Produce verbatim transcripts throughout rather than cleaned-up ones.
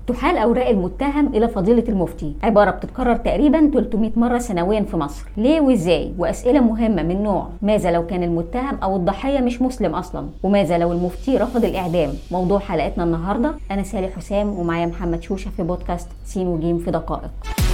تحال أوراق المتهم إلى فضيلة المفتي، عبارة بتتكرر تقريبا ثلاثمائة مرة سنويا في مصر. ليه وإزاي؟ وأسئلة مهمة من نوع ماذا لو كان المتهم أو الضحية مش مسلم أصلا؟ وماذا لو المفتي رفض الإعدام؟ موضوع حلقتنا النهاردة. أنا سالي حسام ومعايا محمد شوشة في بودكاست سين وجيم في دقائق.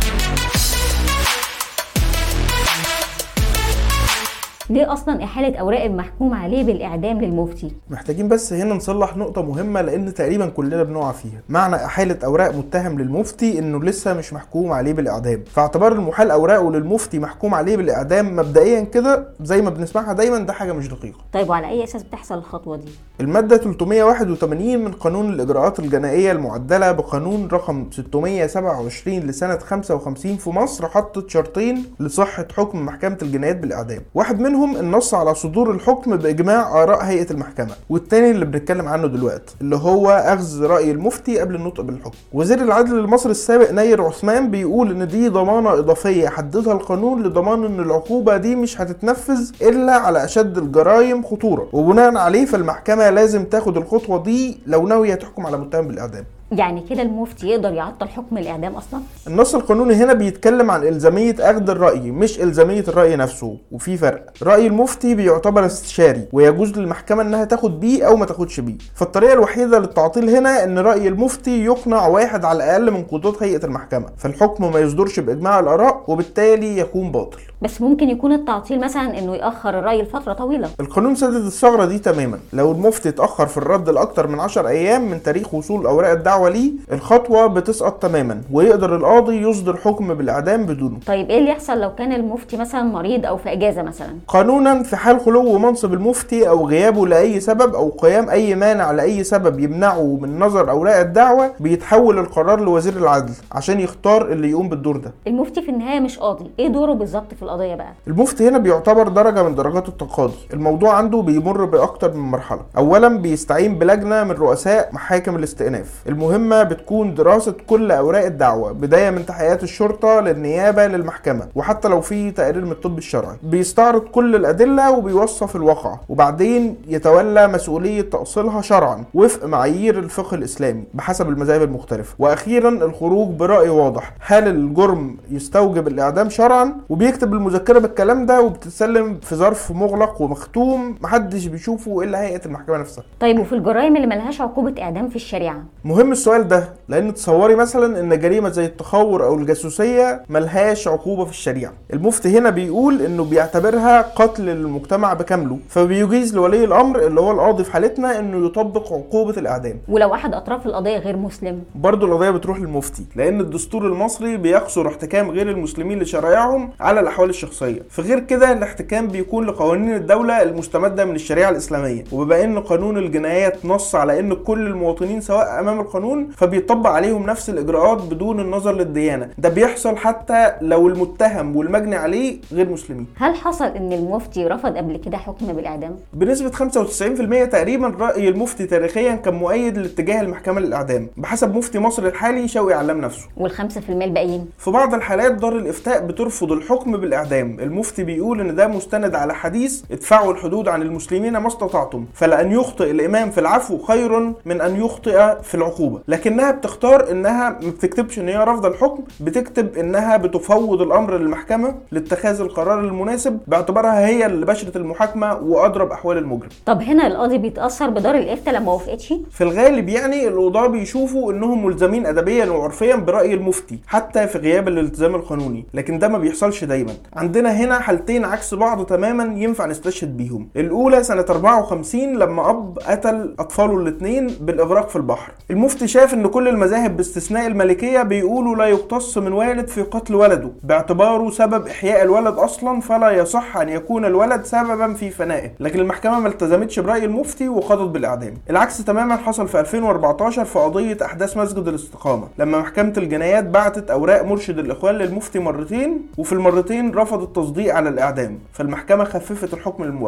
ليه اصلا احاله اوراق المحكوم عليه بالاعدام للمفتي؟ محتاجين بس هنا نصلح نقطه مهمه لان تقريبا كلنا بنقع فيها. معنى احاله اوراق متهم للمفتي انه لسه مش محكوم عليه بالاعدام، فاعتبار المحال اوراقه للمفتي محكوم عليه بالاعدام مبدئيا كده زي ما بنسمعها دايما ده حاجه مش دقيقه. طيب وعلى اي اساس بتحصل الخطوه دي؟ الماده ثلاثمائة وواحد وثمانين من قانون الاجراءات الجنائيه المعدله بقانون رقم ستمائة وسبعة وعشرين لسنه خمسة وخمسين في مصر حطت شرطين لصحه حكم محكمه الجنايات بالاعدام. واحد منهم النص على صدور الحكم باجماع اراء هيئه المحكمه، والتاني اللي بنتكلم عنه دلوقتي اللي هو اخذ راي المفتي قبل النطق بالحكم. وزير العدل المصري السابق ناير عثمان بيقول ان دي ضمانه اضافيه حددها القانون لضمان ان العقوبه دي مش هتتنفذ الا على اشد الجرائم خطوره، وبناء عليه فالمحكمه لازم تاخد الخطوه دي لو ناويه تحكم على متهم بالاعدام. يعني كده المفتي يقدر يعطل حكم الاعدام اصلا؟ النص القانوني هنا بيتكلم عن الزاميه اخذ الراي مش الزاميه الراي نفسه، وفي فرق. راي المفتي بيعتبر استشاري ويجوز للمحكمه انها تاخد بيه او ما تاخدش بيه، فالطريقه الوحيده للتعطيل هنا ان راي المفتي يقنع واحد على الاقل من قضاة هيئه المحكمه، فالحكم ما يصدرش باجماع الاراء وبالتالي يكون باطل. بس ممكن يكون التعطيل مثلا انه ياخر الراي لفتره طويله. القانون سدد الثغره دي تماما. لو المفتي اتاخر في الرد لاكثر من عشر ايام من تاريخ وصول اوراق الدعوه ليه، الخطوه بتسقط تماما ويقدر القاضي يصدر حكم بالاعدام بدونه. طيب ايه اللي يحصل لو كان المفتي مثلا مريض او في اجازه مثلا؟ قانونا في حال خلو منصب المفتي او غيابه لاي سبب او قيام اي مانع لاي سبب يمنعه من نظر اوراق الدعوه، بيتحول القرار لوزير العدل عشان يختار اللي يقوم بالدور ده. المفتي في النهايه مش قاضي، ايه دوره بالظبط في القضيه بقى؟ المفتي هنا بيعتبر درجه من درجات التقاضي. الموضوع عنده بيمر باكتر من مرحله. اولا بيستعين بلجنه من رؤساء محاكم الاستئناف، المهمه بتكون دراسه كل اوراق الدعوه بدايه من تحقيقات الشرطه للنيابه للمحكمه، وحتى لو في تقرير من الطب الشرعي. بيستعرض كل الادله وبيوصف الواقعه، وبعدين يتولى مسؤوليه تاصيلها شرعا وفق معايير الفقه الاسلامي بحسب المذاهب المختلفه، واخيرا الخروج براي واضح هل الجرم يستوجب الاعدام شرعا، وبيكتب المذكره بالكلام ده وبتتسلم في ظرف مغلق ومختوم محدش بيشوفه الا هيئه المحكمه نفسها. طيب وفي الجرائم اللي ملهاش عقوبه اعدام في الشريعه؟ مهم السؤال ده لان تصوري مثلا ان جريمه زي التخور او الجاسوسيه ملهاش عقوبه في الشريعه. المفتي هنا بيقول انه بيعتبرها قتل للمجتمع بكامله، فبيجيز لولي الامر اللي هو القاضي في حالتنا انه يطبق عقوبه الاعدام. ولو احد اطراف القضيه غير مسلم برضه القضيه بتروح للمفتي، لان الدستور المصري بيقصر احتكام غير المسلمين لشرائعهم على الاحوال الشخصيه. في غير كده الاحتكام بيكون لقوانين الدوله المستمده من الشريعه الاسلاميه، وبما ان قانون الجنايات نص على ان كل المواطنين سواء امام القانون فبيطبق عليهم نفس الاجراءات بدون النظر للديانه. ده بيحصل حتى لو المتهم والمجني عليه غير مسلمين. هل حصل ان المفتي رفض قبل كده حكم بالاعدام؟ بنسبه خمسة وتسعين بالمئة تقريبا راي المفتي تاريخيا كان مؤيد لاتجاه المحكمه للاعدام بحسب مفتي مصر الحالي شوقي علام نفسه. والخمسة في المئة الباقيين؟ في بعض الحالات دار الافتاء بترفض الحكم بالاعدام. المفتي بيقول ان ده مستند على حديث ادفعوا الحدود عن المسلمين ما استطعتم، فلان يخطئ الامام في العفو خير من ان يخطئ في العقوبه. لكنها بتختار انها ما بتكتبش ان هي رافضه الحكم، بتكتب انها بتفوض الامر للمحكمه لاتخاذ القرار المناسب باعتبارها هي اللي بشرت المحاكمه واضرب احوال المجرم. طب هنا القاضي بيتاثر بدار الافتاء لما وافقتش؟ في الغالب يعني القضاه بيشوفوا انهم ملزمين ادبيا وعرفيا براي المفتي حتى في غياب الالتزام القانوني، لكن ده ما بيحصلش دايما. عندنا هنا حالتين عكس بعض تماما ينفع نستشهد بيهم. الاولى سنه أربعة وخمسين لما اب قتل اطفاله الاثنين بالاغراق في البحر. المفتي شاف ان كل المذاهب باستثناء المالكيه بيقولوا لا يقتص من والد في قتل ولده باعتباره سبب احياء الولد اصلا، فلا يصح ان يكون الولد سببا في فنائه، لكن المحكمه ما التزمتش براي المفتي وقضت بالاعدام. العكس تماما حصل في ألفين وأربعتاشر في قضيه احداث مسجد الاستقامه لما محكمه الجنايات بعتت اوراق مرشد الاخوان للمفتي مرتين، وفي المرتين رفض التصديق على الاعدام، فالمحكمه خففت الحكم المؤبد.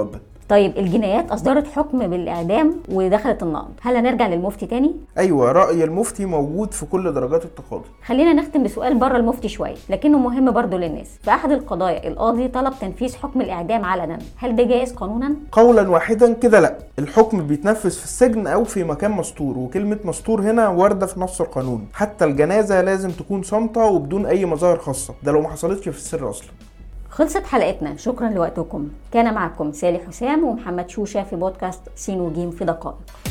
طيب الجنايات اصدرت حكم بالاعدام ودخلت النقض، هل هنرجع للمفتي تاني؟ ايوه، راي المفتي موجود في كل درجات التقاضي. خلينا نختم بسؤال بره المفتي شويه لكنه مهم برضو للناس. في احد القضايا القاضي طلب تنفيذ حكم الاعدام علنا، هل ده جائز قانونا؟ قولا واحدا كده لا، الحكم بيتنفذ في السجن او في مكان مستور، وكلمه مستور هنا وارده في نص القانون. حتى الجنازه لازم تكون صامته وبدون اي مظاهر خاصه، ده لو ما حصلتش في السر اصلا. خلصت حلقتنا، شكرا لوقتكم. كان معكم سالي حسام ومحمد شوشة في بودكاست سين وجيم في دقائق.